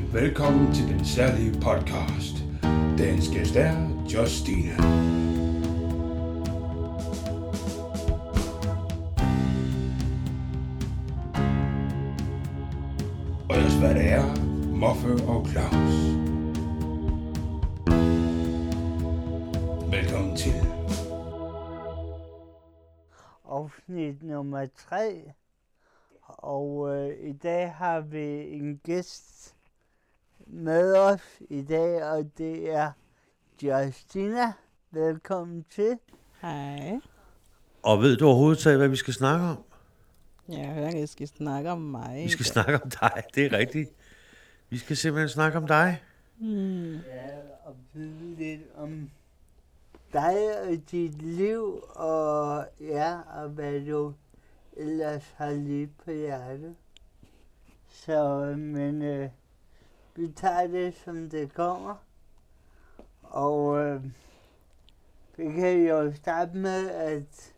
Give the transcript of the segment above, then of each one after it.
Velkommen til den særlige podcast. Dagens gæst er Justina. Og ellers hvad det er, Muffe og Claus. Velkommen til. Afsnit nummer 3. Og i dag har vi en gæst med os i dag, og det er Justina. Velkommen til. Hej. Og ved du overhovedet taget, hvad vi skal snakke om? Jeg hører, at I skal snakke om mig. Vi skal snakke om dig, det er rigtigt. Vi skal simpelthen snakke om dig. Ja, og vide lidt om dig og dit liv, og ja, og hvad du ellers har lige på hjertet. Så, men vi tager det, som det kommer. Og vi kan jo starte med, at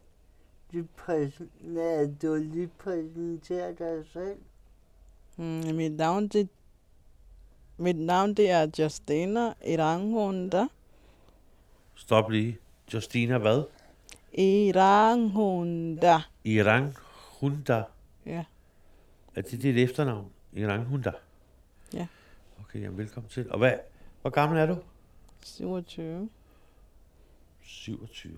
du lige præsenterer dig selv. Mit navn det er Justina Iranghunda. Stop lige. Justina hvad? Iranghunda. Iranghunda. Ja. Er det dit efternavn? Iranghunda? Ja. Okay, jamen velkommen til. Og hvor gammel er du? 27. 27.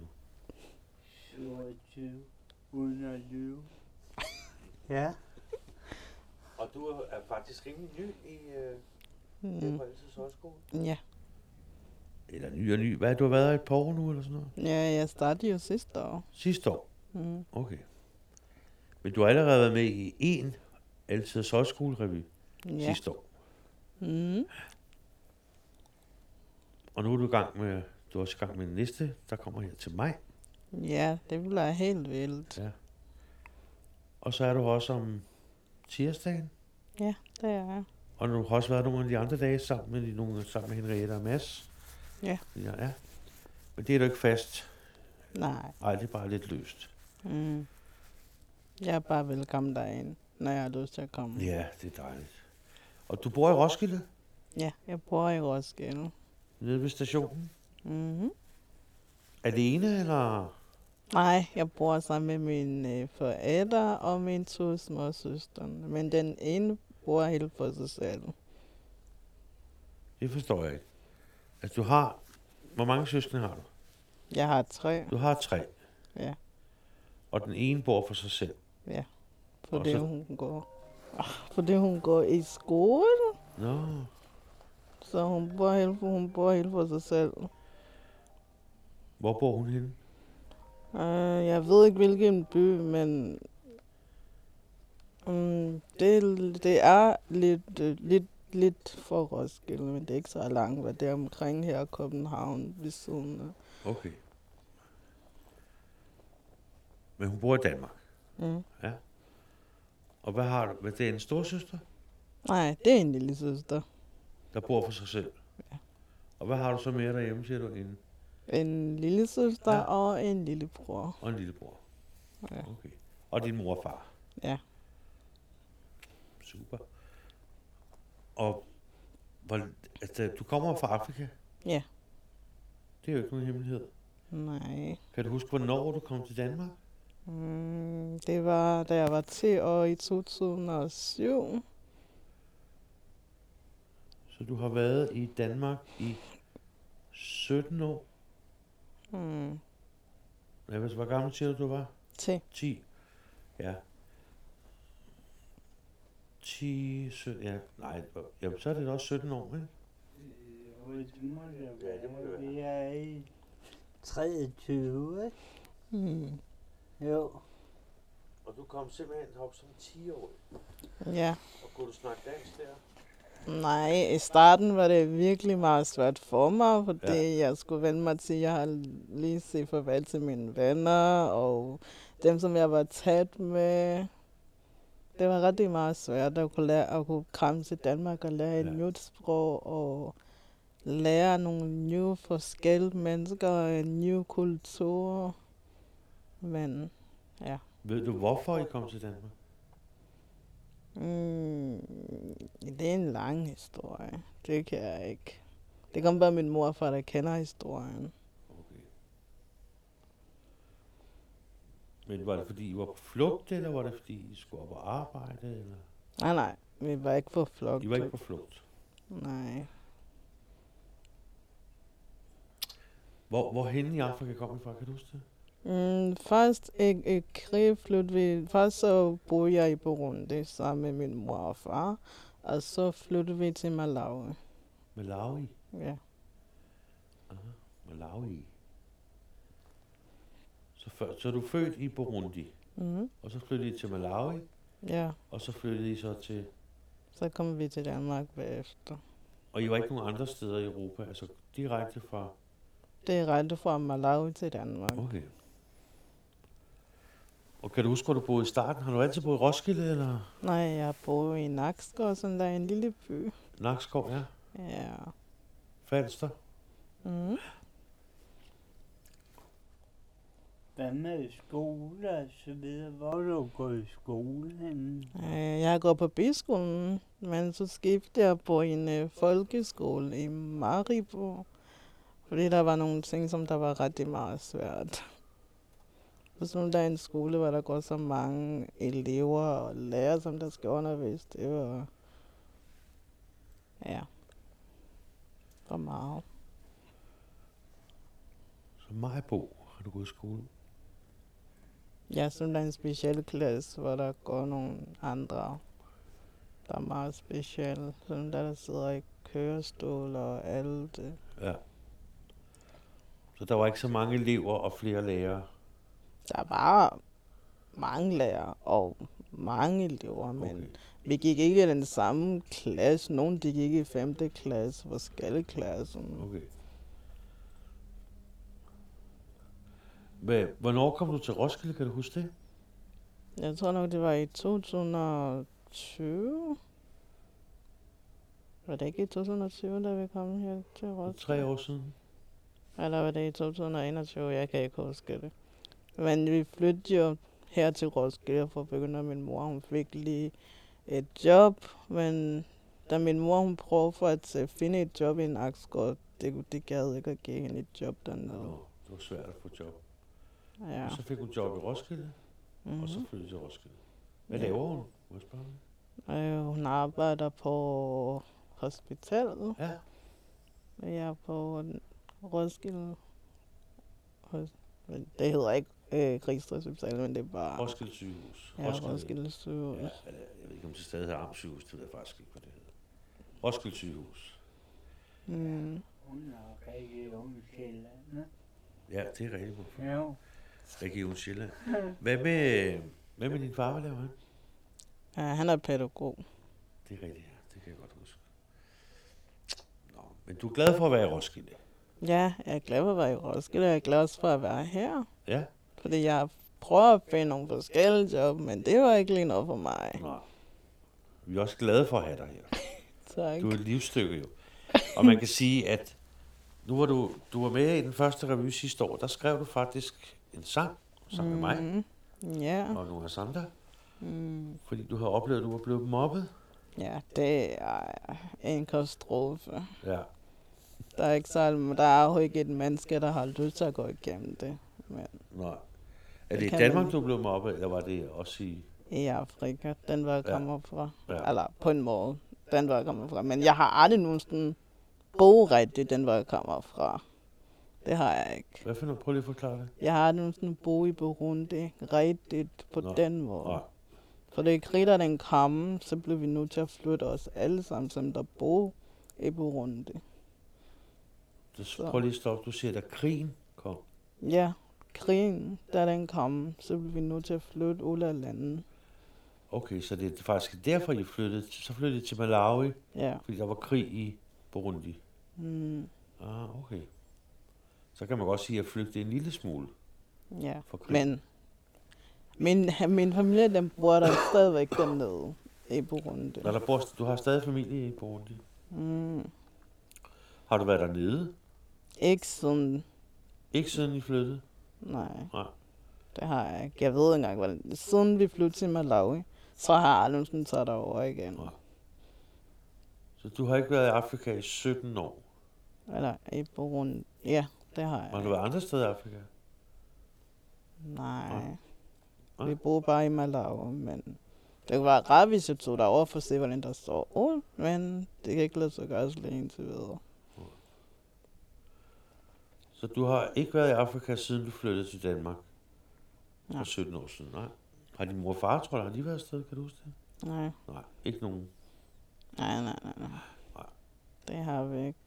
27. Uden at lyve. Ja. Og du er faktisk rimelig ny i Frelsers Højskole? Ja. Eller ny og ny. Hvad, du har været her et par år nu, eller sådan noget? Ja, jeg startede jo sidste år. Sidste år? Okay. Men du har allerede været med i en Altiders Højskole-revy sidste år. Og nu er du også i gang med den næste, der kommer her til mig. Ja, det bliver helt vildt. Ja. Og så er du også om tirsdagen. Ja, det er jeg. Og du har også været nogle af de andre dage sammen med Henriette og Mads. Ja. Ja. Men det er du ikke fast. Nej. Nej, det er bare lidt løst. Jeg er bare velkommen derind, når jeg har lyst til at komme. Ja, det er dejligt. Og du bor i Roskilde? Ja, jeg bor i Roskilde. Nede ved stationen? Alene, eller? Nej, jeg bor sammen med mine forældre og mine 2 små søstre. Men den ene bor helt for sig selv. Det forstår jeg ikke. Altså, hvor mange søskende har du? Jeg har 3. Du har 3? Ja. Og den ene bor for sig selv? Ja, fordi hun går i skole. Nå. Så hun bor helt for sig selv. Hvor bor hun henne? Jeg ved ikke, hvilken by, men det er lidt for Roskilde, men det er ikke så langt, hvad det er omkring her i København ved siden af. Okay. Men hun bor i Danmark? Ja. Og hvad har du? Hvad, det er en storsøster? Nej, det er en lille søster. Der bor for sig selv? Ja. Og hvad har du så mere derhjemme, siger du? En lille søster og en lillebror. Og en lillebror? Ja. Okay. Og din mor og far? Ja. Super. Og du kommer fra Afrika? Ja. Det er jo ikke nogen hemmelighed. Nej. Kan du huske, hvornår du kom til Danmark? Det var, da jeg var 10 år i 2007. Så du har været i Danmark i 17 år? Hvor gammel siger du var? 10. Ja. 10, 17, ja. Nej, jamen, så er det også 17 år, ikke? Det må det være. Vi er i 23, ikke? Jo. Og du kom simpelthen op som 10-årig? Ja. Og kunne du snakke dansk der? Nej, i starten var det virkelig meget svært for mig, fordi jeg skulle vende mig til, jeg har lige set farvel til mine venner, og dem, som jeg var tæt med. Det var rigtig meget svært at kunne komme til Danmark og lære et nyt sprog, og lære nogle nye forskellige mennesker og en ny kultur. Men, ja. Ved du, hvorfor I kom til Danmark? Det er en lang historie. Det kan jeg ikke. Det kommer bare min mor og far, der kender historien. Okay. Men var det fordi, I var på flugt, eller var det fordi, I skulle op og arbejde? Eller? Nej, vi var ikke på flugt. I var ikke på flugt? Nej. Hvor henne i Afrika kom I fra, kan du huske det? Først i krig flyttede vi. Først så boede jeg i Burundi sammen med min mor og far. Og så flyttede vi til Malawi. Malawi? Ja. Aha, Malawi. Så er du født i Burundi, og så flyttede I til Malawi, Ja. og så flyttede I så til... Så kom vi til Danmark bagefter. Og I var ikke nogen andre steder i Europa, altså direkte fra... Det er rette fra Malawi til Danmark. Okay. Og kan du huske, hvor du boede i starten? Har du altid boet i Roskilde, eller? Nej, jeg bor i Nakskov, sådan der er en lille by. Nakskov, ja. Ja. Falster. Hvad med skole og så videre? Hvor er du gået i skole henne? Jeg går på biskolen, men så skiftede jeg på en folkeskole i Maribo. Fordi der var nogle ting, som der var rigtig meget svært. Hvis nu der er en skole, hvor der går så mange elever og lærere, som der skal undervise, det var... Ja. For meget. Så Maribo har du gået i skole? Ja, så der er en speciel klasse, hvor der går nogle andre, der er meget specielle. Sådan der sidder i kørestol og alt det. Ja. Så der var ikke så mange elever og flere lærere? Der var mange lærere og mange elever, men Okay. vi gik ikke i den samme klasse. Nogle gik ikke i 5. klasse, forskellige klasser. Okay. Hvornår kom du til Roskilde, kan du huske det? Jeg tror nok, det var i 2020. Var det ikke i 2020, da vi kom her til Roskilde? 3 år siden. Eller var det i 2021? Jeg kan ikke huske det. Men vi flyttede jo her til Roskilde for at begynde, at min mor hun fik lige et job. Men da min mor hun prøvede for at finde et job i Nakskov, det gad ikke at give hende et job dernede. Det var svært at få job. Ja. Og så fik hun job i Roskilde, og så flyttede til Roskilde. Hvad Ja. laver hun? Må jeg spørge dig? Hun arbejder på hospitalet. Ja. Jeg er på Roskilde. Det hedder ikke Rigsdrifts Hospital, men det er bare... Roskilde sygehus. Ja, Roskilde sygehus. Ja, eller, jeg ved ikke, om det stadig hedder Amtssygehus. Det ved jeg faktisk ikke, hvad det hedder. Roskilde sygehus. Hun er Region Sjælland. Ja, det er rigtigt. Ja. Region Sjælland. Hvad med din far, hvad laver han? Ja, han er pædagog. Det er rigtigt, ja. Det kan jeg godt huske. Nå, men du er glad for at være i Roskilde? Ja, jeg er glad for at være i Roskilde, og jeg er glad også for at være her. Ja. Fordi jeg prøver at finde nogle forskellige job, men det var ikke lige noget for mig. Nej. Vi er også glade for at have dig her. Tak. Du er et livsstykke jo. Og man kan sige, at nu var du var med i den første revy sidste år. Der skrev du faktisk en sang sammen med mig Ja. og nogle af andre. Fordi du havde oplevet, at du var blevet mobbet. Ja, det er en katastrofe. Ja. Der er jo ikke et menneske, der har lyst til at gå igennem det. Men Nej. Er det i kan Danmark, man- du blev mobbet, eller var det også i... i Afrika, den var jeg Ja. kommer fra. Ja. Eller på en måde, den var jeg kommer fra. Men jeg har aldrig nogensinde boet rigtigt, den var jeg kommer fra. Det har jeg ikke. Hvad for noget? Prøv lige at forklare det. Jeg har aldrig nogensinde boet i Burundi rigtigt på Nå. den måde. Nej. For det er krig, da den kom, så blev vi nødt til at flytte os alle sammen, som der bor i Burundi. Prøv lige at stoppe. Du siger, at krigen kom. Ja, krigen, da den kom, så blev vi nødt til at flytte ud af landet. Okay, så det er faktisk derfor, I flyttede. Så flyttede I til Malawi, Ja. fordi der var krig i Burundi. Okay. Så kan man godt sige, at jeg flygtede en lille smule Ja, fra krigen. men min familie, den bor der stadigvæk dernede i Burundi. Når du har stadig familie i Burundi. Har du været dernede? Ikke sådan, Ikke siden I flyttede? nej, Nej. det har jeg ikke. Jeg ved ikke engang, siden vi flyttede til Malawi, Så har jeg aldrig sådan taget derover igen. Nej. Så du har ikke været i Afrika i 17 år? Eller i Burundi. Ja, det har jeg. Har du været andre steder i Afrika? Nej. Nej. Vi bor bare i Malawi, men det kunne være rart, hvis jeg tog derover for at se, hvordan der står ud, men det kan ikke lade sig gøre så længe indtil videre. Så du har ikke været i Afrika, siden du flyttede til Danmark? Nej. For 17 år siden, nej. Har din mor og far, tror jeg, har de været afsted, kan du huske det? Nej. Nej, ikke nogen. Nej. Nej. Det har vi ikke.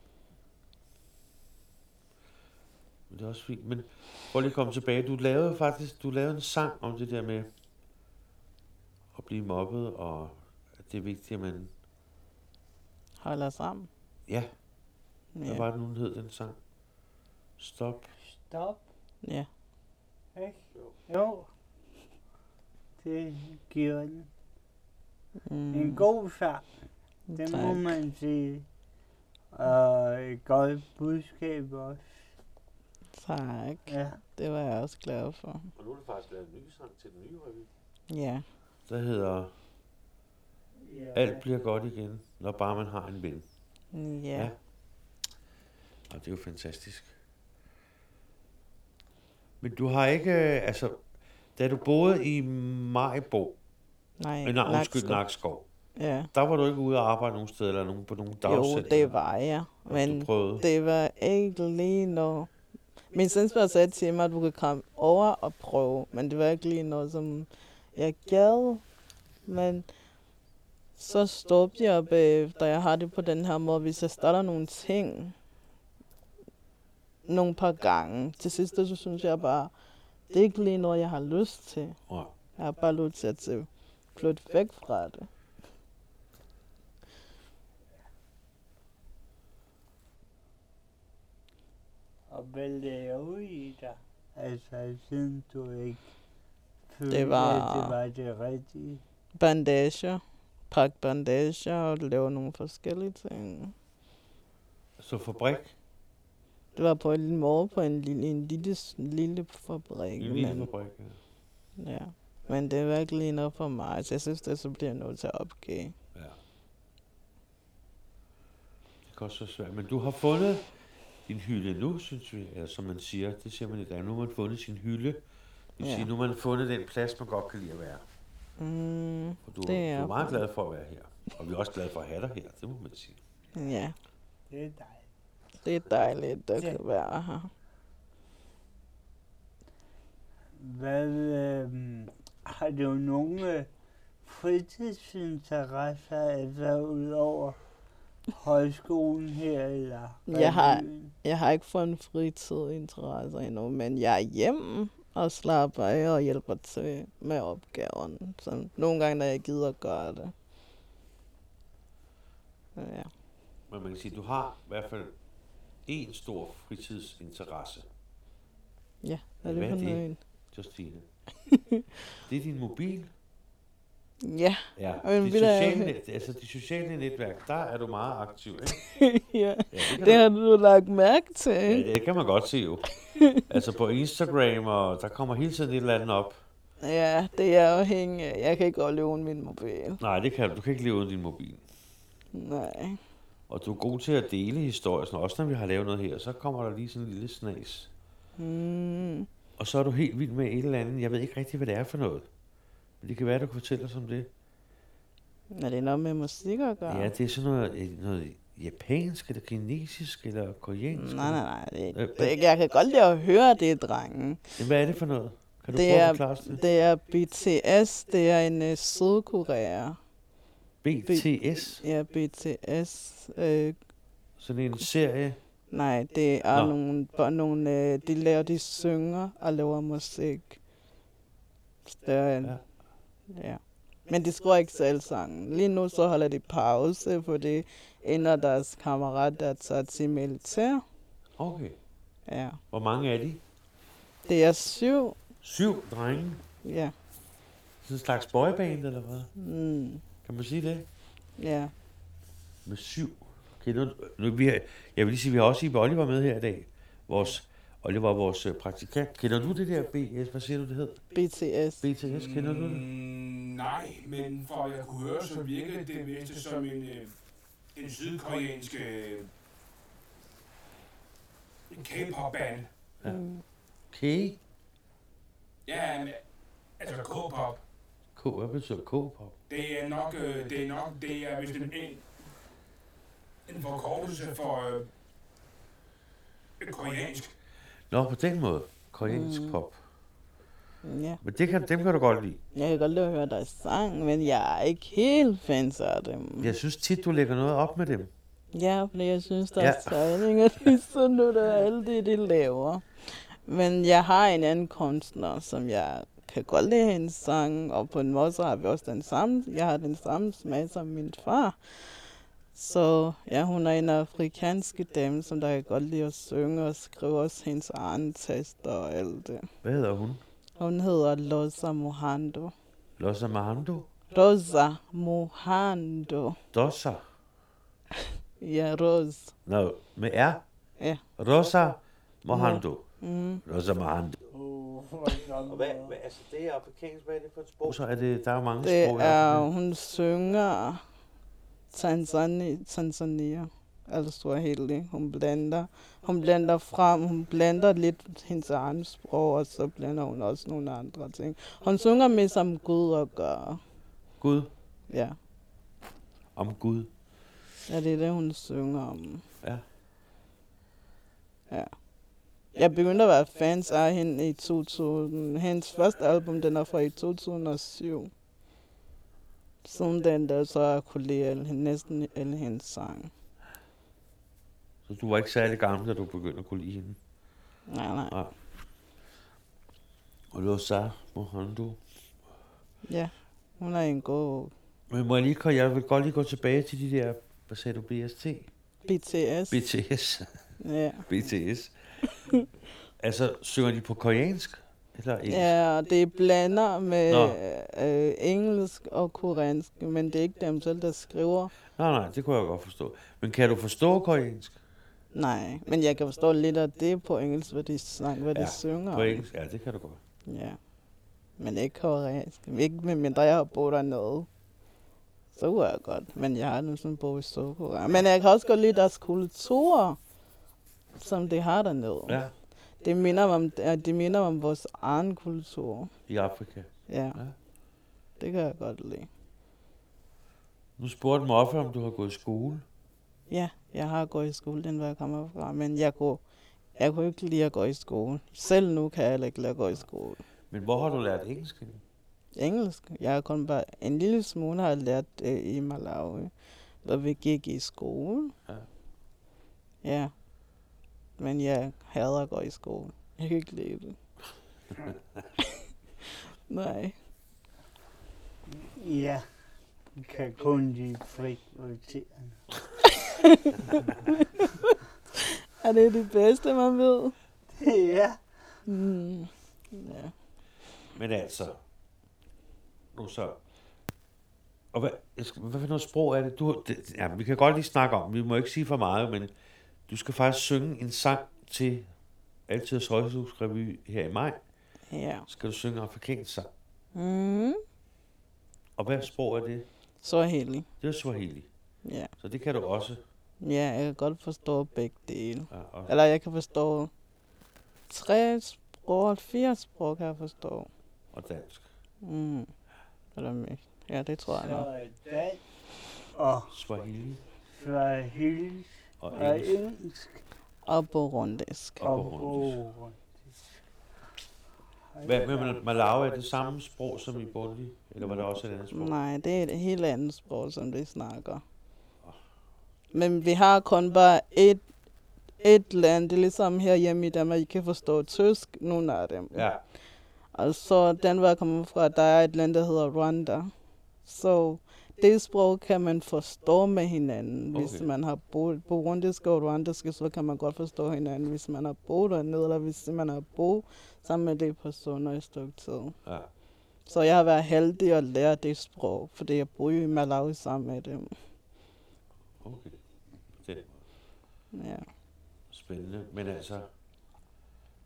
Men det er også fint. Men prøv lige at komme tilbage. Du lavede en sang om det der med at blive mobbet, og at det er vigtigt, at man... Holder sammen. Ja, hvad Ja. var det nu, den hed, den sang? Stop. Stop. Ja. Ikke? Jo. Det giver den. En god sang. Det må Tak. man sige. Og et godt budskab også. Tak. Ja. Det var jeg også glad for. Og nu er det faktisk lavet en ny sang til den nye revy. Ja. Der hedder Alt bliver godt igen, når bare man har en ven. Ja. Og det er jo fantastisk. Men du har ikke, da du boede i Maribo, Nej, Nakskov, Ja. der var du ikke ude og arbejde nogen steder, eller på nogen dagscenter? Jo, det var jeg. Men du prøvede. det var ikke lige noget. Min søster sagde til mig, at du kan komme over og prøve. Men det var ikke lige noget, som jeg gad. Men så stoppede jeg bagefter. Jeg har det på den her måde, hvis jeg starter nogle ting nogle par gange. Til sidst, så synes jeg bare, det er ikke lige noget, jeg har lyst til. Nej. Jeg har bare lyst til at flytte væk fra det. Og hvad laver I der? Altså, siden du ikke følte, Det var- at det var det rigtige. Bandager. Pakke bandager og lave nogle forskellige ting. Så fabrik, Det var på en måde på en lille fabrik. en lille Men, fabrik. Ja. ja. Men det var ikke lige noget for mig, så jeg synes, det så bliver jeg nødt til at opgive. Ja. Det kan også være svært. Men du har fundet din hylde nu, synes vi, eller som man siger, det siger man i dag. Nu har man fundet sin hylde. Det vil Ja. sige, nu har man fundet den plads, man godt kan lide at være. Og du det er er meget glad for at være her. Og vi er også glade for at have dig her, det må man sige. Ja, Det er dejligt. det er dejligt at Ja. kunne være her. Hvad, har du nogle fritidsinteresser, altså udover højskolen her, eller revyen? Jeg har ikke fået en fritidinteresse endnu, men jeg er hjemme og slapper af og hjælper til med opgaverne. Så nogle gange, når jeg gider gøre det. Ja. Men man kan sige, du har i hvert fald en stor fritidsinteresse, Ja, hvad er Hvad det er for det? noget? Justine. Det er din mobil. Ja, Ja, Men ved du- de sociale netværk, der er du meget aktiv, ikke? ja. Ja, kan Det har du lagt mærke til. Ja, det kan man godt se jo. Altså på Instagram, og der kommer hele tiden et eller andet op. Ja, det er afhængigt af. Jeg kan ikke godt leve uden min mobil. Nej, det kan du. Du kan ikke leve uden din mobil. Nej. Og du er god til at dele historier. Så også når vi har lavet noget her, så kommer der lige sådan en lille snas. Og så er du helt vild med et eller andet. Jeg ved ikke rigtig, hvad det er for noget. Men det kan være, du kan fortælle os om det. Er det noget med musik at gøre? Ja, det er sådan noget japansk, eller kinesisk, eller koreansk. Nej. Jeg kan godt lide at høre det, drengen. Men hvad er det for noget? Kan du Det prøve at er, forklare os det? det er BTS. Det er en Sydkorea. BTS? Ja, BTS. Sådan en serie? Nej, det er Nå. nogle de synger og laver musik. Ja. Ja. Men de skriver ikke selv sangen. Lige nu så holder de pause, fordi en af deres kammerater er taget til militær. Okay. Ja. Hvor mange er de? Det er 7. 7 drenge. Ja. Sådan en slags boyband, eller hvad? Kan man sige det? Ja. Med 7. Okay, jeg vil lige sige, vi har også Ibe Oliver med her i dag. Vores Oliver, vores praktikant. Kender du det der BS? Hvad siger du, det hed? BTS. BTS, kender du det? Nej, men for at jeg kunne høre, så virkede det mest som en sydkoreansk K-pop-band. Ja. K? Ja, men, altså K-pop. Hvad betyder K-pop? Det er vist en forkortelse for koreansk. Nå, på den måde. Koreansk pop. Ja. Men dem kan du godt lide. Jeg kan godt lide at høre deres sang, men jeg er ikke helt fans af dem. Jeg synes tit, du lægger noget op med dem. Ja, fordi jeg synes, deres tegninger, de er så nu, der er alt det, de laver. Men jeg har en anden kunstner, som jeg kan godt lide hendes sang, og på en måde så har vi også jeg har den samme smag som min far. Så ja, hun er en afrikanske dame, som der kan godt lide at synge og skrive også hendes egen tekster og alt det. Hvad hedder hun? Hun hedder Loza Mohando. Loza Mohando? Rosa Mohando. Dosa? Ja, Rose. Nå, med R? Ja. Rosa Mohando. Mm. Rosa Mohando. Og hvad, altså det er afrikansk, hvad er det for et sprog? Så er det, der er jo mange sprog. Det er, hun synger Tanzania, altså Swahili. Hun blander frem, hun blander lidt hendes egen sprog, og så blander hun også nogle andre ting. Hun synger mest om Gud og gør. Gud? Ja. Om Gud? Ja, det er det, hun synger om. Ja. Ja. Jeg begyndte at være fans af hende i 2000. Hendes første album, den er fra i 2007. Siden den der, så jeg kunne lide næsten alle hendes sange. Så du var ikke særlig gammel, da du begyndte at kunne lide hende? Nej. Og Loza Mohando? Ja, hun er en god... Men jeg vil godt lige gå tilbage til de der, hvad sagde du, BST? BTS. BTS. Ja. BTS. Altså, synger de på koreansk? Eller engelsk? Ja, det blander med engelsk og koreansk, men det er ikke dem selv, der skriver. Nej, det kunne jeg godt forstå. Men kan du forstå koreansk? Nej, men jeg kan forstå lidt af det på engelsk, hvad de synger. På engelsk, ja, det kan du godt. Ja, men ikke koreansk. Ikke medmindre jeg har boet dernede. Så er jeg godt, men jeg har nu sådan boet i Sydkorea. Men jeg kan også godt lide deres kultur, som de har dernede. Ja. Det minder om vores egen kultur. I Afrika? Ja. Det kan jeg godt lide. Nu spurgte Moffe, om du har gået i skole. Ja, jeg har gået i skole, den hvor jeg kommer fra, men jeg kunne ikke lide at gå i skole. Selv nu kan jeg ikke lide at gå i skole. Men hvor har du lært engelsk? Engelsk? Jeg har kun bare en lille smule har jeg lært i Malawi, da vi gik i skole. Ja. Ja. Men jeg hader at gå i skole. Jeg kan ikke lide det. Nej. Ja, jeg kan kun lide frikvartererne. Er det det bedste, man ved? Ja. Ja. Men altså, nu så. Og hvad for noget sprog er det? Vi kan godt lige snakke om, vi må ikke sige for meget, men du skal faktisk synge en sang til Altids Højhusrevy her i maj. Ja. Skal du synge afrikansk sang. Mm. Og hvad sprog er det? Swahili. Det er Swahili. Ja. Så det kan du også. Ja, jeg kan godt forstå begge dele. Ja, eller jeg kan forstå 3 sprog, 4 sprog kan jeg forstå. Og dansk. Eller mere. Ja, det tror jeg nok. Så dansk og Swahili. Swahili Og engelsk. Og burundisk. Og burundisk. Hvad med Malawi? Er det samme sprog som i Burundi? Eller var det også et andet sprog? Nej, det er et helt andet sprog, som de snakker. Men vi har kun bare et land. Det er ligesom herhjemme i Danmark, I kan forstå tysk, nogle af dem. Ja. Altså, den hvor jeg kommer fra, der er et land, der hedder Rwanda. Så det sprog kan man forstå med hinanden. Hvis man har boet burundisk og rwandisk, så kan man godt forstå hinanden, hvis man har boet dernede, eller hvis man har boet sammen med de personer i et stykke tid. Ja. Så jeg har været heldig at lære det sprog, fordi jeg bor i Malawi sammen med dem. Okay. Det. Ja. Spændende. Men altså,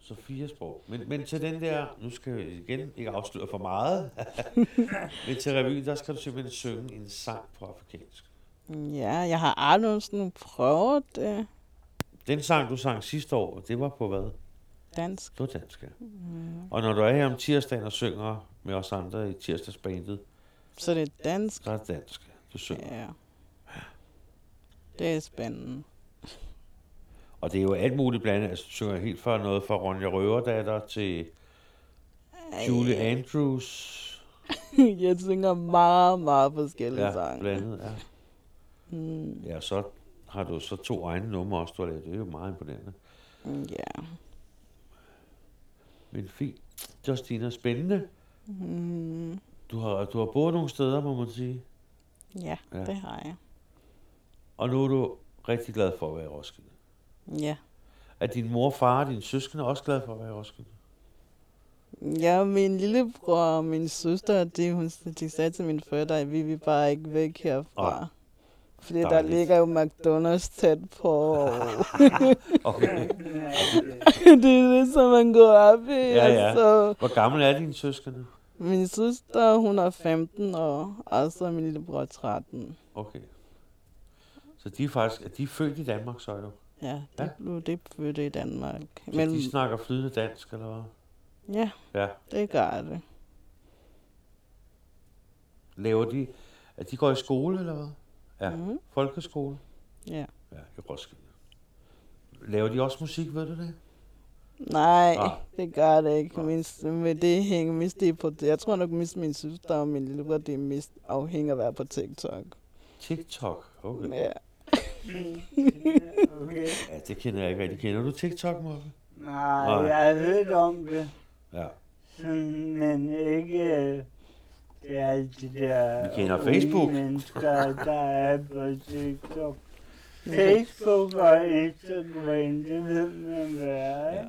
Så 4 sprog. Men til den der, nu skal jeg igen ikke afsløre for meget, men til revyen, der skal du simpelthen synge en sang på afrikansk. Ja, jeg har aldrig sådan prøvet det. Den sang, du sang sidste år, det var på hvad? Dansk. Det var dansk, ja. Og når du er her om tirsdagen og synger med os andre i tirsdagsbandet, Så det er dansk. så er det dansk, du synger. Ja. Det er spændende. Og det er jo alt muligt blandt, altså du synger helt fra noget fra Ronja Røverdatter til Julie Andrews. Jeg synger meget, meget forskellige Ja, sange. blandet, ja. Ja, så har du så 2 egne numre også, du har lavet. Det er jo meget imponerende. Ja. Men fint. Justina, spændende. Du har boet nogle steder, må man sige. Ja, Ja. det har jeg. Og nu er du rigtig glad for at være i Roskilde. Ja. Er din mor, far og dine søskende også glade for at være i Roskilde? Ja, min lillebror og min søster, de sagde til mine forældre, at vi vil bare ikke væk herfra. Fordi der Dejligt. ligger jo McDonald's tæt på. Okay. Det er det, som man går op i. Ja, ja. Så Hvor gammel er dine søskende? min søster, hun er 15 år, og så min lillebror 13. Okay. Så de er faktisk, er de født i Danmark, så er du? Ja, Ja. det blev det født i Danmark. Så de snakker flydende dansk, eller hvad? Ja, Ja. det gør det. Laver de, at de går i skole, eller hvad? Ja, Mhm. folkeskole. Ja. Ja, i Roskilde. Laver de også musik, ved du det? Nej, Ah. det gør det ikke. Med det hænger mest det på det. Jeg tror nok mest min søster og min lillebror, det er mest afhængig af at være på TikTok. TikTok, okay. Ja. Okay. Ja, det kender jeg ikke rigtig. Kender du TikTok, Moffe? Nej, Nej. jeg har hørt om det, Ja. men ikke det er alle de der Vi kender unge Facebook. mennesker, der er på TikTok. Facebook og Instagram, det ved man hvad er, Ja. ikke?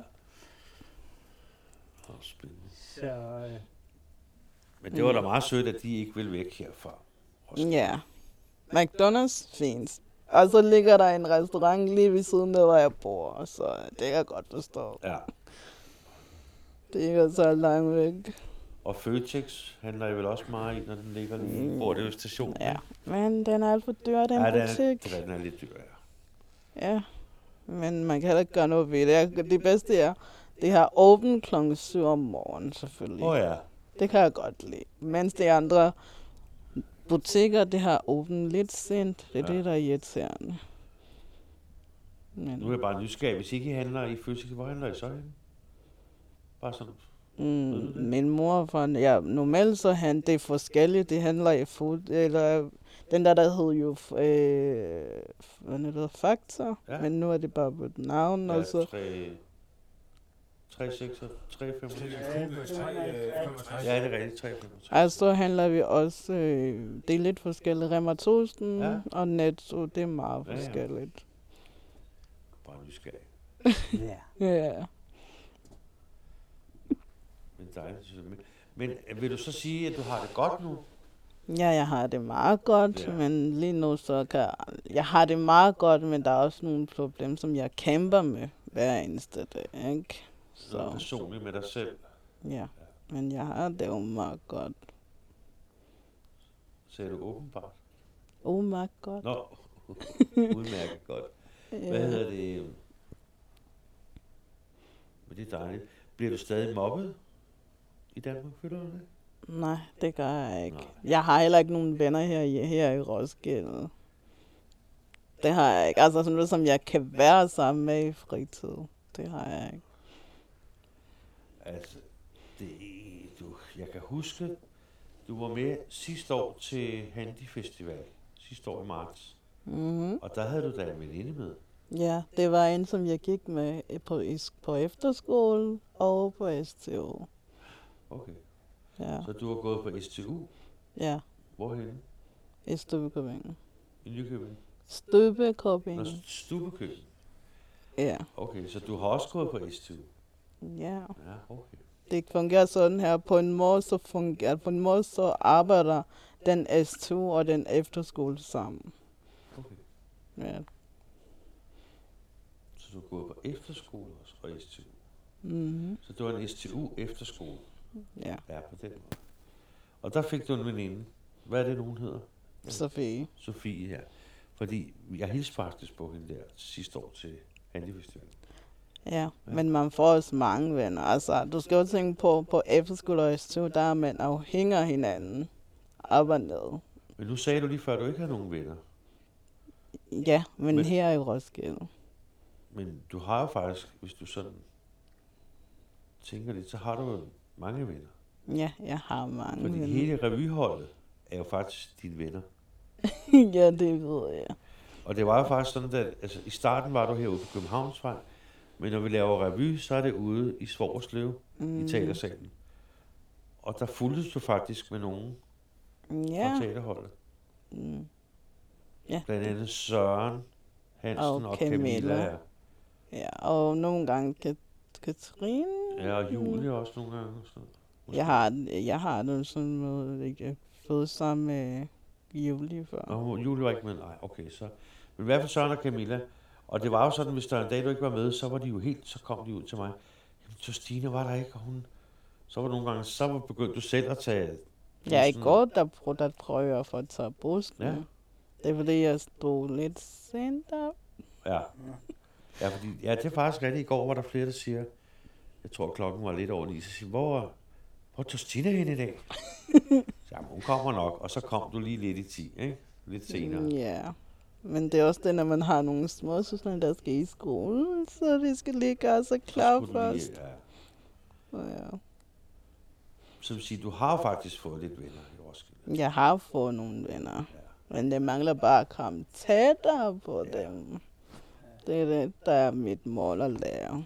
Spændende. Så Men det var da meget sødt, at de ikke vil væk herfra. Ja. McDonald's findes. Og så ligger der en restaurant lige ved siden af, hvor jeg bor, så det kan jeg godt forstå. Ja. Det er ikke så langt væk. Og Føtex handler I vel også meget i, når den ligger lige hvor det er jo stationen. Ja, men den er alt for dyr, den ja, butik. den er lidt dyr, ja. Ja, men man kan heller ikke gøre noget ved det. Det bedste er, det har åbent kl. 7 om morgenen selvfølgelig. Ja. Det kan jeg godt lide. Mens de andre butikker, det har åbent lidt sent. Det er det, der er irriterende. Men, Nu er jeg bare nysgerrig. Hvis ikke I handler i Føtex, hvor handler I så henne? Bare sådan. min mor fra, ja, normalt så det er forskelligt. Det handler i food, eller den der hed jo, hvad er det, Fakta. Ja. Men nu er det bare på et navn, og så 3, 6 og 3, 5. Ja, Ja, det er rigtigt. 3, 5 og så handler vi også, det er lidt forskelligt. Rema 1000 Ja. og Netto, det er meget Ja, ja. forskelligt. Bare nysgerrig. ja. Ja. Men dejligt. Synes jeg. Men vil du så sige, at du har det godt nu? Ja, jeg har det meget godt, Ja. men lige nu så kan jeg har det meget godt, men der er også nogle problemer, som jeg kæmper med hver eneste dag, ikke? Så personligt med dig selv. Ja, men jeg har det jo meget godt. Sagde du åbenbart? Meget godt. Nå, udmærket godt. Hvad hedder det? Men det er dejligt. Bliver du stadig mobbet i Danmark, føler du det? Nej, det gør jeg ikke. Nej. Jeg har heller ikke nogen venner her i Roskilde. Det har jeg ikke. Altså sådan noget, som jeg kan være sammen med i fritid. Det har jeg ikke. Altså, jeg kan huske, du var med sidste år til Handy Festival. Sidste år i marts. Mm-hmm. Og der havde du da en veninde med. Ja, det var en, som jeg gik med på efterskole og på STU. Okay. Ja, Så du har gået på STU. ja. Hvorhenne? I Støbekøbing. I Nykøbing? Støbekøbing. Nå, Stubekøbing. Ja. Okay, så du har også gået på STU. Ja. Ja, okay. Det fungerer sådan her. På en måde så arbejder den STU og den efterskole sammen. Okay. Ja. Så du har gået på efterskole også og STU. Så det var en STU efterskole. Ja, Ja, på den måde. Og der fik du en veninde. Hvad er det, hun hedder? Sofie. Sofie, ja. Fordi jeg hilste faktisk på hende der sidste år til Handyfestivalen. Ja, men man får også mange venner. Altså, du skal jo tænke på efterskole og STU, der er man afhængig af hinanden. Op og ned. Men nu sagde du lige før, at du ikke havde nogen venner. Ja, men her i Roskilde. Men du har jo faktisk, hvis du sådan tænker lidt, så har du jo mange venner. Ja, jeg har mange Fordi venner. hele revyholdet er jo faktisk dine venner. Ja, det ved jeg. Og det var jo faktisk sådan, at altså, i starten var du herude på Københavnsvej, men når vi laver revy, så er det ude i Svogerslev, i teatersalen. Og der fulgtes du faktisk med nogen fra teaterholdet. Ja. Blandt andet Søren Hansen og Camilla. Ja, og nogle gange Katrine. Ja, og Julie også nogle gange. Så. Jeg har det sådan noget, ikke fået sammen med Julie før. Og Julie var ikke med, nej, okay, så. Men i hvert fald Søren og Camilla. Og det var jo sådan, hvis der en dag, du ikke var med, så var de jo så kom de ud til mig. Jamen, så Stine var der ikke, og så var nogle gange, så begyndte du selv at tage... Ja, i går, der prøver jeg for at tage bussen. Ja. Det er fordi, jeg stod lidt sent op. Ja. Ja, fordi, det er faktisk rigtigt. I går var der flere, der siger, jeg tror klokken var lidt over 9, så siger hvor tager Stine hen i dag? Så jamen, hun kommer nok, og så kom du lige lidt i 10, ikke? Lidt senere. Ja, men det er også det, når man har nogle små søstre, der skal i skole, så de skal lige gøre sig klar først. Ja. Så vil sige, du har faktisk fået lidt venner i Roskilde. Jeg har fået nogle venner, men det mangler bare at komme tættere på dem. Det er det, der er mit mål at lære.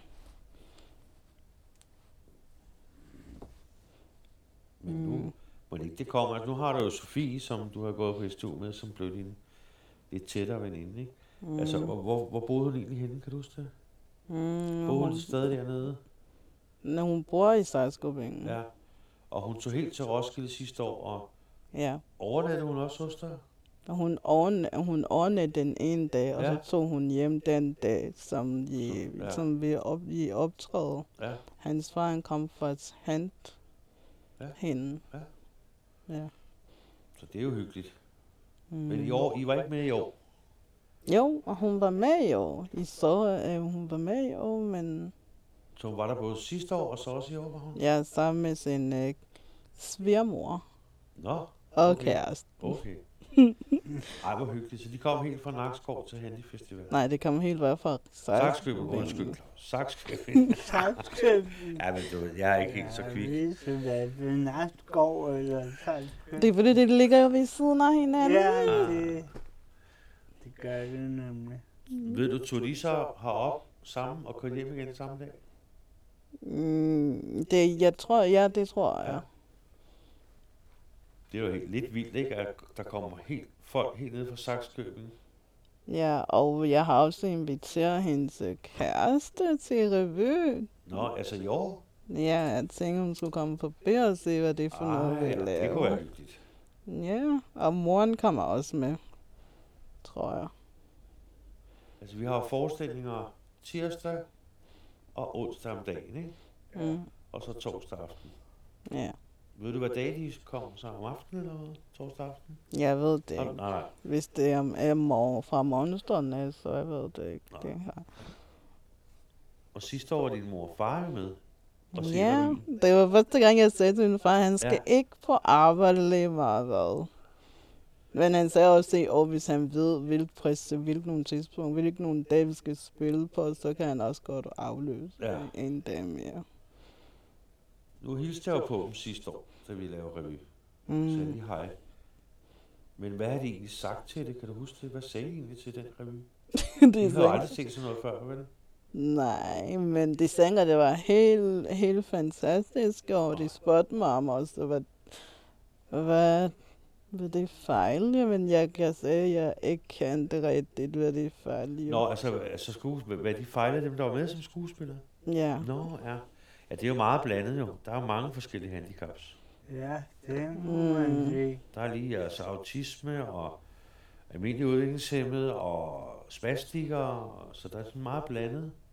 Men nu, må det ikke det kommer. Altså, nu har du jo Sofie, som du har gået på STU med, som blev din lidt tættere veninde, ikke? Altså, hvor boede hun egentlig henne, kan du huske det? Boede hun stadig dernede? Når hun bor i Sejlskobingen. Ja. Og hun tog helt til Roskilde sidste år, og overnattede hun også hos dig? Hun overnattede den ene dag, og så tog hun hjem den dag, som vi optrådte. Ja. Hans far kom for at hente hende. Ja. Så det er jo hyggeligt. Men i år, I var ikke med i år? Jo, og hun var med i år. Hun var med i år, men... Så hun var der både sidste år, og så også i år, var hun? Ja, sammen med sin svigermor. Nå. Og kæreste. Okay. Ej, hvor hyggeligt. Så de kom helt fra Nakskov til Handyfestivalen? Nej, det kom helt fra Sakskøbing. Undskyld. Sakskøbing. Ja, men jeg er ikke helt så kvik. Ja, det er Nakskov eller Sakskøbing. Det er fordi, det ligger jo ved siden af hinanden. Ja, det gør det nemlig. Ved du, tog de så herop sammen og kørte hjem igen samme dag? Det tror jeg. Ja. Det er jo lidt vildt, ikke? At der kommer folk helt ned fra Sakskøbing. Ja, og jeg har også inviteret hendes kæreste til revy. Nå, altså i år? Ja, jeg tænkte, hun skulle komme forbi og se, hvad det er for noget, vi laver. Det kunne være hyggeligt. Ja, og moren kommer også med, tror jeg. Altså, vi har forestillinger tirsdag og onsdag om dagen, ikke? Og så torsdag aften. Ja. Ved du, hvad dag de kommer så om aftenen eller hvad? Torsdag aften? Jeg ved det ikke. Nej. Hvis det er fra morgenstunden af, så jeg ved det ikke. Det her. Og sidste år var din mor og far med? Ja, det var første gang, jeg sagde til min far, at han skal ikke på arbejde lige meget hvad. Men han sagde også, at hvis han ved, hvilken tidspunkt, hvilken dag vi skal spille på, så kan han også godt afløse en dag mere. Nu hilste jeg jo på dem sidste år, da vi lavede revy. Så sagde de hej. Men hvad har de egentlig sagt til det? Kan du huske det? Hvad sagde de egentlig til den revy? De har aldrig set sådan noget før, vel? Nej, men de sang, at det var helt fantastisk, og de spurgte mig om også, hvad det fejl, men jeg kan sige, at jeg ikke kan det rigtigt, hvad det fejl. Nå, altså hvad de fejlede dem, der var med som skuespillere? Ja. Nå, ja. Ja, det er jo meget blandet jo. Der er jo mange forskellige handicaps. Ja, det må man sige. Der er lige altså autisme og almindelig udviklingshæmmet og spastikere, så der er sådan meget blandet.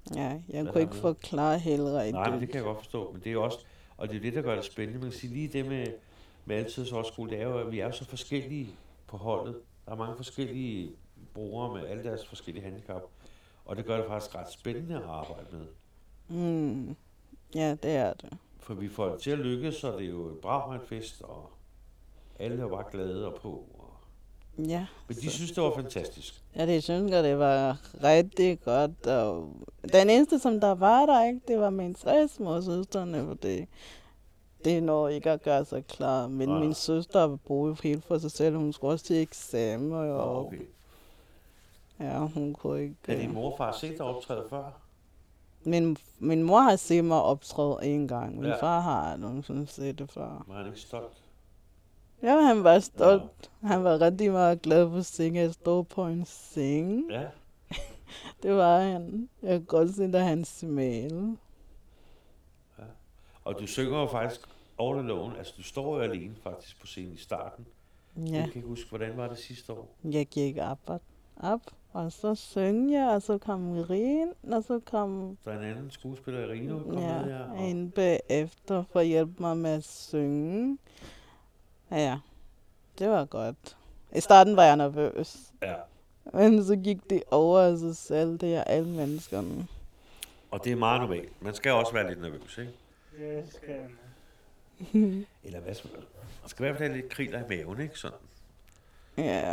Ja, jeg Hvad kunne der ikke med? forklare helt rigtigt. Nej, men det kan jeg godt forstå. Men det er jo også, og det er jo det, der gør det spændende. Man kan sige lige det med Althedshøjskole, det er jo, at vi er jo så forskellige på holdet. Der er mange forskellige brugere med alle deres forskellige handicap. Og det gør det faktisk ret spændende at arbejde med. Mm. Ja, det er det. For vi får det til at lykkes, så det er jo et brag af en fest, og alle er bare glade og på. Ja. Men de synes, det var fantastisk. Ja, det synes jeg, det var rigtig godt. Og den eneste, som der var der, ikke, det var min 3 små søsterne, for det når ikke at gøre sig klar. Men Nej. min søster boede helt for sig selv. Hun skulle også til eksamen, og Okay. ja, hun kunne ikke... Har din mor og far set dig optræde før? Min mor har set mig optræde en gang. Min Ja. far har nogensinde set det før. Var han ikke stolt? Ja, han var stolt. Han var rigtig meget glad for at synge. Jeg stod på en scene. Ja. Det var han. Jeg kan godt se, at han smilede. Og du synger jo faktisk all alone. Altså, du står jo alene faktisk på scenen i starten. Ja, Jeg kan ikke huske, hvordan var det sidste år? jeg gik op, og så syng jeg, og så kom Irene, og så kom Der er en anden skuespiller, Irino, kom med her. Og en bagefter for at hjælpe mig med at synge. Ja, det var godt. I starten var jeg nervøs, ja. men så gik det over af sig selv, det er alle menneskerne. Og det er meget normalt. Man skal også være lidt nervøs, ikke? Det skal man. Eller hvad skal man? Man skal i hvert fald have lidt kriller i maven, ikke? Sådan. Ja,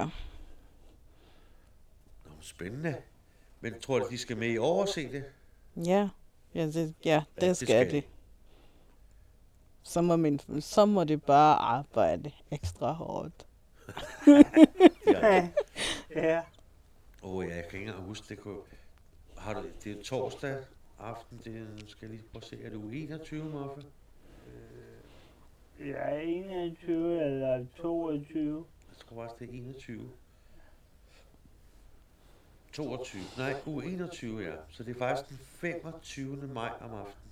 Nå, spændende. Men tror du, de skal med i år og se det? ja, det skal de. Så må de bare arbejde ekstra hårdt. Ja. Ja. Ja, jeg kan ikke engang huske det. Det er torsdag aften, skal jeg lige prøve at se. Er det uge 21, Muffe? Jeg er 21 eller 22. Jeg tror faktisk, det er 21. 22. Nej, uge 21, ja. Så det er faktisk den 25. maj om aftenen.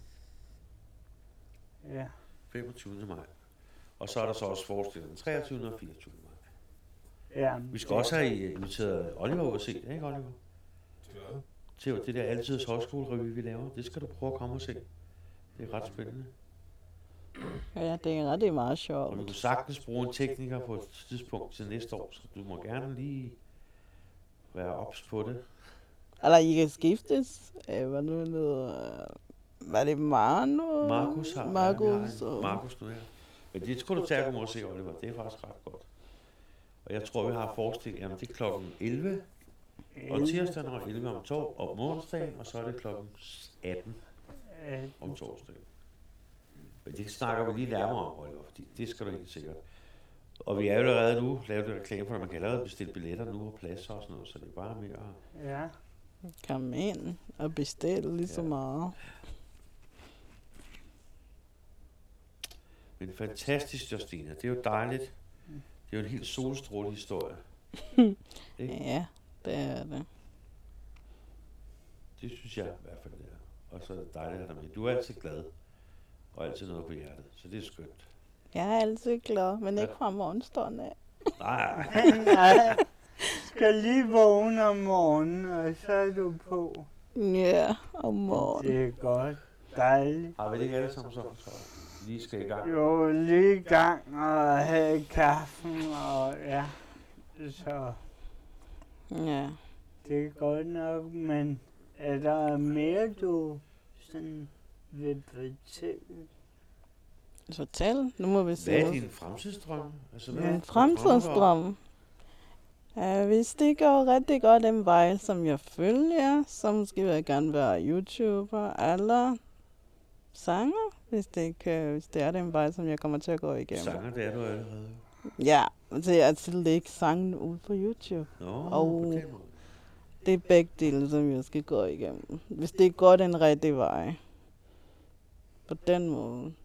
Ja. 25. maj. Og så er der så også forestillet den 23. og 24. maj. Ja. Vi skal også have inviteret Oliver ud og se det, ikke Oliver? Til det der Altidets Højskolerevy, vi laver. Det skal du prøve at komme og se. Det er ret spændende. Ja, det er rigtig meget Og sjovt. vi kunne sagtens bruge en tekniker på et tidspunkt til næste år, så du må gerne lige være ops på det. Eller I kan skiftes. Var det Manu? Markus har Markus. ja, Markus nu her. Men det skulle du tage at komme og se, Oliver. Det er faktisk ret godt. Og jeg tror, vi har forestillet, jamen det er klokken 11 og tirsdagen og 11 om onsdagen, og så er det klokken 18 om torsdagen. Men det snakker vi lige nærmere om, Oliver, fordi det skal du helt sikkert. Og vi er jo allerede nu lavet et reklame for, at man kan allerede bestille billetter nu og pladser og sådan noget, så det er bare mere. Ja. Kom ind og bestil lige så meget. Men fantastisk, Justina. Det er jo dejligt. Det er jo en helt solstråle historie. Ja, det er det. Det synes jeg i hvert fald, det er. Og så er det dejligt at have dig med. Du er altid glad. Og altid noget på hjertet. Så det er skønt. Jeg er altid glad, men ikke fra morgenstunden af. Nej. Nej. Skal lige vågne om morgenen, og så er du på. Ja, om morgenen. Det er godt. Dejligt. Har vi det ikke alle sammen sådan, så lige skal i gang? Jo, lige i gang og have kaffen, og ja. Så Ja. det er godt nok, men er der mere, du sådan vil fortælle? Fortæl, nu må vi se. Hvad er din fremtidsdrøm? Altså, hvad Min fremtidsdrøm. Hvis det går rigtig godt den vej, som jeg følger, så måske vil jeg gerne være YouTuber eller sanger, hvis det er den vej, som jeg kommer til at gå igennem. Sanger, det er du allerede. Ja, så jeg lægge sangen ud på YouTube. Nå, Og på den måde. det er begge dele, som jeg skal gå igennem. Hvis det går den rigtige vej. På den måde.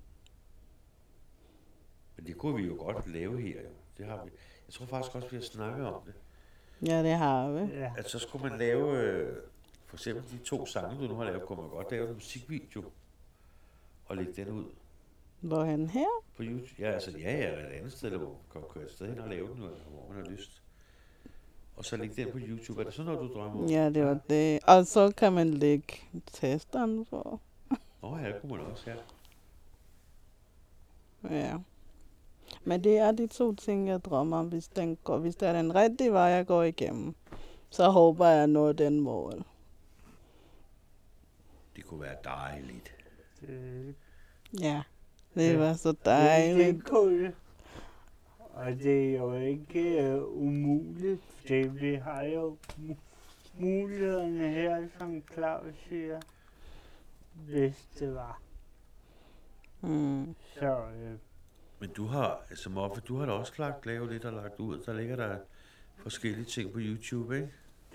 Men det kunne vi jo godt lave her, jo. Det har vi. Jeg tror faktisk også, vi har snakket om det. Ja, det har vi. Ja. At så skulle man lave, for eksempel de 2 sange, du nu har lavet, kunne man godt lave en musikvideo og lægge den ud Hvorhen her? på YouTube. Ja, altså ja, et andet sted, hvor man kan køre et sted hen og lave den, hvor man har lyst. og så lægge den på YouTube. Er det sådan noget, du drømmer om? Ja, det var det. Og så kan man lægge testeren på. Ja, det kunne man også, ja. Ja. Men det er de 2 ting, jeg drømmer om. Hvis det er den rigtige vej, jeg går igennem, så håber jeg at nå den mål. Det kunne være dejligt. Ja, det var så dejligt. Det kunne. Og det er jo ikke umuligt. Vi har jo mulighederne her, som Claus siger, hvis det var. Så Men du har, altså Moffe, du har da også lavet lidt og lagt ud. Der ligger der forskellige ting på YouTube, ikke?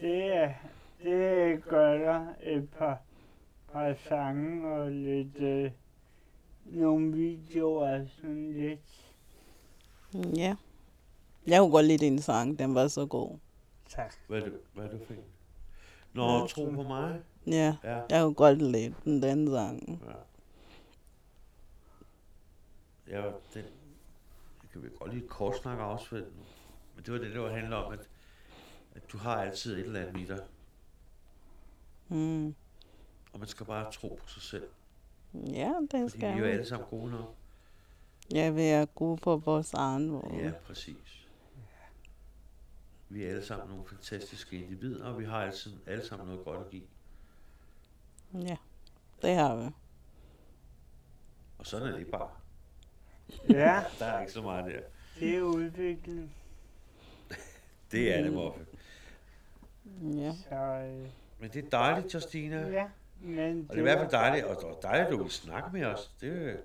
det gør der et par sange og lidt nogle videoer sådan lidt. Ja. Jeg kunne godt lide din sang, den var så god. Tak. Hvad er du fik? Nå, tro på mig. Ja, Ja. jeg kunne godt lide den sang. Ja, jeg kan godt lide kortsnak også, men det var det var handler om, at du har altid et eller andet i dig. Og man skal bare tro på sig selv. Ja, det Fordi skal vi er jo man. alle sammen gode nok. Ja, vi er gode på vores egen måde. Ja, præcis. Vi er alle sammen nogle fantastiske individer, og vi har alle sammen noget godt at give. Ja, det har vi. Og sådan er det bare. Ja, Der er ikke så meget der. det er udvikling. Det er det, Moffe. Ja. Så Men det er dejligt, Justina. ja, men Og det er i hvert fald dejligt, og dejligt, at du vil snakke med os. Der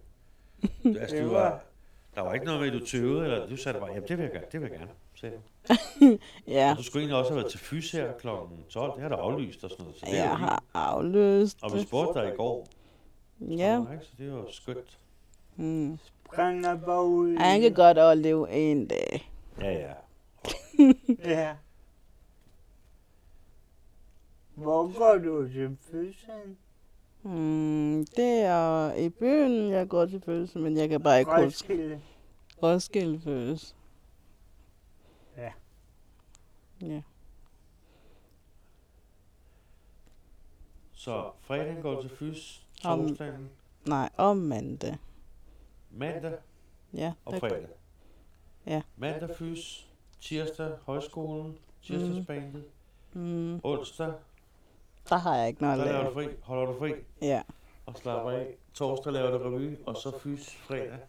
var ikke noget med, at du tøvede, eller du sagde bare, jamen det vil jeg gerne, sagde du. Ja, Og du skulle egentlig også have været til fys her kl. 12, det har du aflyst og sådan noget. Så det er jeg jo har afløst og vi spurgte dig i går, Ja. så det var skønt. springer bare ud. Han kan godt overleve en dag. Ja. Ja. Hvor går du til fødslen? Det er i byen, jeg går til fødsel, men jeg kan bare ikke huske. Roskilde. Roskilde fødsel. Ja. Ja. Så fredagen går til fys, torsdagen, Nej, om mandag. mandag Ja, og fredag. Ja. Mandag fys, tirsdag højskolen, tirsdagsbandet, onsdag, der har jeg ikke noget der at laver lave. du fri, holder du fri Ja. og slapper af. Torsdag laver du revy, og så fys fredag.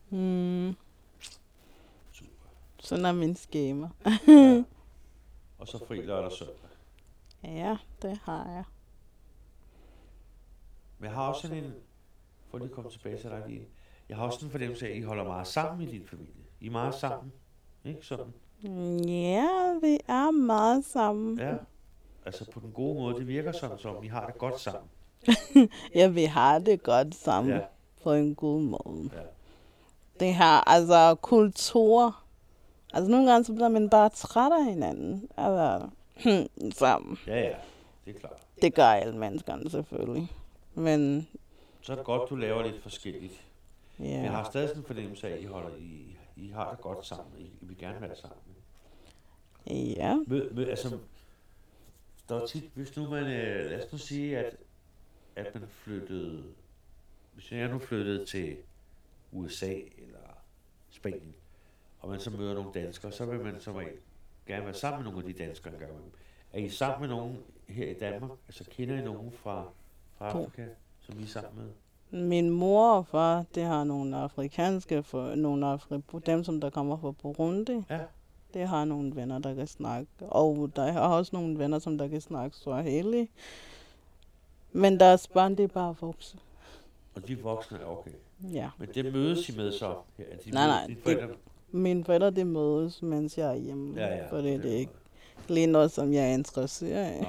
Super. Sådan er min schema. Ja. Og så fri lørdag og søndag. Ja, det har jeg. Men jeg har også sådan en, for lige at komme tilbage til dig lige, jeg har også sådan en fornemmelse af, at I holder meget sammen i din familie. I er meget sammen, ikke sådan? Ja, vi er meget sammen. Ja, altså på den gode måde, det virker sådan, som I har det godt sammen. Ja, vi har det godt sammen. Ja. På en god måde. Ja. Det her, altså kultur. Altså nogle gange så bliver man bare træt af hinanden. Altså, sammen. Ja, det er klart. Det gør alle menneskerne selvfølgelig. Men Så er det godt, du laver lidt forskelligt. Men jeg ja, har stadig sådan en fornemmelse af, at I har det godt sammen. I vil gerne være sammen. ja, Altså, der er tit, hvis nu man, lad os nu sige, at man flyttede, hvis jeg nu flyttede til USA eller Spanien, og man så møder nogle danskere, så vil man som regel gerne være sammen med nogle af de danskere engang. Er I sammen med nogen her i Danmark? Altså kender I nogen fra Afrika, som I er sammen med? min mor og far, det har nogle afrikanske, dem som der kommer fra Burundi. Ja. Det har nogle venner, der kan snakke. Og der har også nogle venner, som der kan snakke Swahili. Men deres børn, det er bare voksne. Og de voksne er okay. Ja. Men det mødes I med så? Her? Nej, Dine forældre? Mine forældre, det mødes, mens jeg er hjemme. Ja, fordi det på den er ikke lige noget, som jeg er interesseret i. Nej.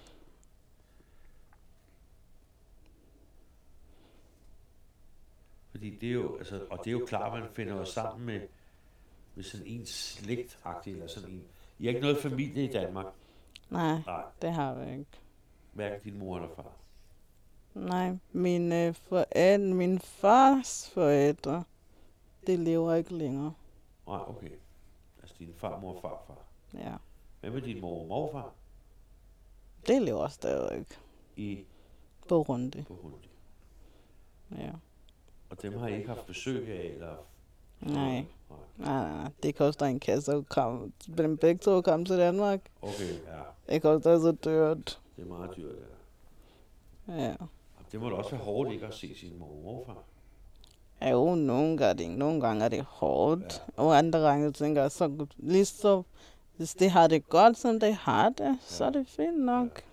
Fordi det er jo, altså, og det er jo klart, at man finder jo sammen med sådan en slægtagtig, eller sådan en. I har ikke noget familie i Danmark? Nej, Nej, det har vi ikke. hverken din mor eller far. Nej, min fars forældre, det lever ikke længere. Nej, okay. Altså din farmor og farfar. Ja. Hvad med din mor og morfar Det lever stadig i Burundi. Burundi? Ja. Og dem har I ikke haft besøg af, eller? Nej. Nej. Det koster en kasse at komme. Dem begge to komme til Danmark. Okay, ja. Det koster så dyrt. Det er meget dyrt, ja. Ja. Og det må da også være hårdt ikke at se sin mor og morfar. Ja, jo, nogle gange er det hårdt. Ja. Og andre gange tænker jeg, så lige så, hvis det har det godt, som det har det, så er det fint nok. Ja.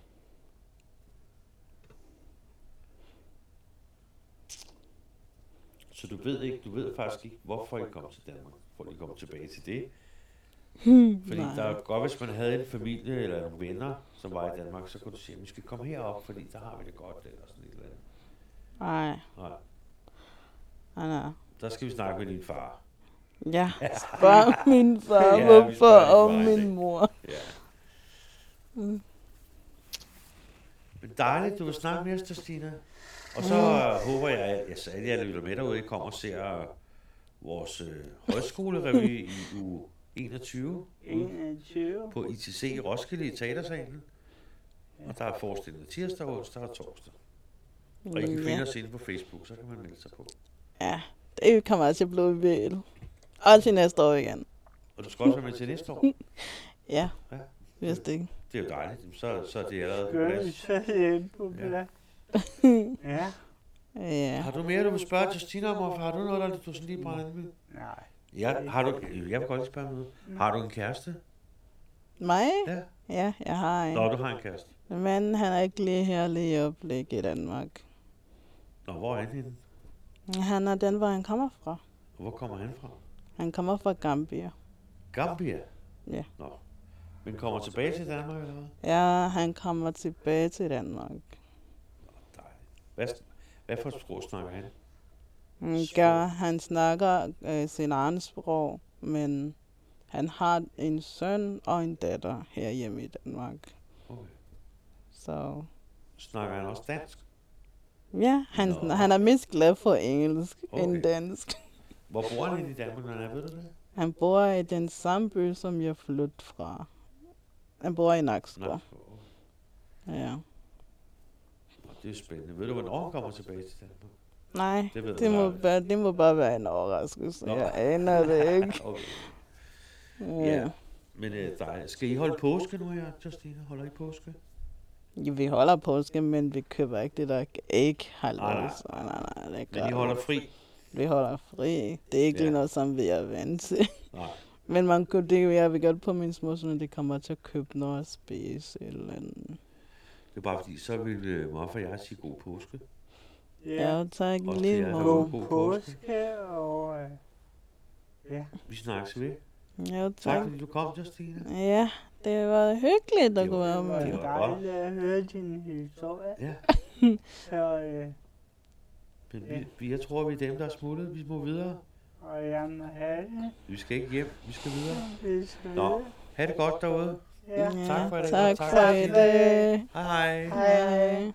Så du ved faktisk ikke, hvorfor I kom til Danmark, for I kom tilbage til det. Fordi der er godt, hvis man havde en familie eller nogle venner, som var i Danmark, så kunne du sige, at vi skal komme herop, fordi der har vi det godt, eller sådan et eller andet. Nej. Nej. Der skal vi snakke med din far. Ja, spørg min far, Ja, hvorfor, og min mor. Ja. Men dejligt, du vil snakke med os, Stina. Og så håber jeg, at alle lytter med derude, kommer og ser vores højskolerevy i uge 21 på ITC i Roskilde i Teatersalen. Og der er forestillet tirsdag, onsdag og torsdag. Og I kan finde os inde på Facebook, så kan man melde sig på. Ja, det kommer altså at blive vildt. Og til næste år igen. Og du skal også være med til næste år? Ja, hvis det ikke. Det er jo dejligt, så er det allerede på plads. Så er det på plads. Ja. Ja. Har du mere, du vil spørge til Stina om, og har du noget, der du sådan lige brænder med? Nej. Jeg vil godt lige spørge noget. Har du en kæreste? Mig? Ja. Ja, jeg har en. Nå, du har en kæreste. Men han er ikke lige her lige oplæg i Danmark. Nå, hvor er han henne? Han er den, hvor han kommer fra. Og hvor kommer han fra? Han kommer fra Gambia. Gambia? Ja. Nå. Men kommer tilbage til Danmark, eller hvad? Ja, han kommer tilbage til Danmark. Dejligt. Hvad for et sprog snakker han? Ja, han snakker sin egen sprog, men han har en søn og en datter herhjemme i Danmark. Okay. Så Snakker han også dansk? ja, han er mest glad for engelsk end dansk. Hvor bor han i Danmark, når han er, ved du det? Han bor i den samme by, som jeg flyttede fra. Han bor i Nakskov. Ja. Det er spændende. Ved du, hvornår han kommer tilbage til Danmark? Nej, det må bare være en overraskelse. Jeg aner det ikke. Okay. Ja, men skal I holde påske nu her, Justina? Holder I påske? Ja, vi holder påske, men vi køber ikke det der æg-halvårs. Nej, men I holder fri? Vi holder fri. Det er ikke lige noget, som vi er vant til. Nej. Men jeg vil godt på min små, så de kommer til at købe noget at spise eller andet. Det er bare fordi, så vil morfar og jeg sige god påske. Ja, tak lige god påske, og ja. Vi snakkes ved. Ja, tak. Tak fordi du kom, Justina. Ja, det var hyggeligt at kunne være med. Det var dejligt at høre din historie. Ja. Så, men jeg tror, vi er dem, der er smuttet. Vi må videre. Og jeg må have det. Vi skal ikke hjem. Vi skal videre. Vi skal Nå, ha' det godt derude. Ja. Tak for i dag. Tak for i dag. Hej hej. Hej.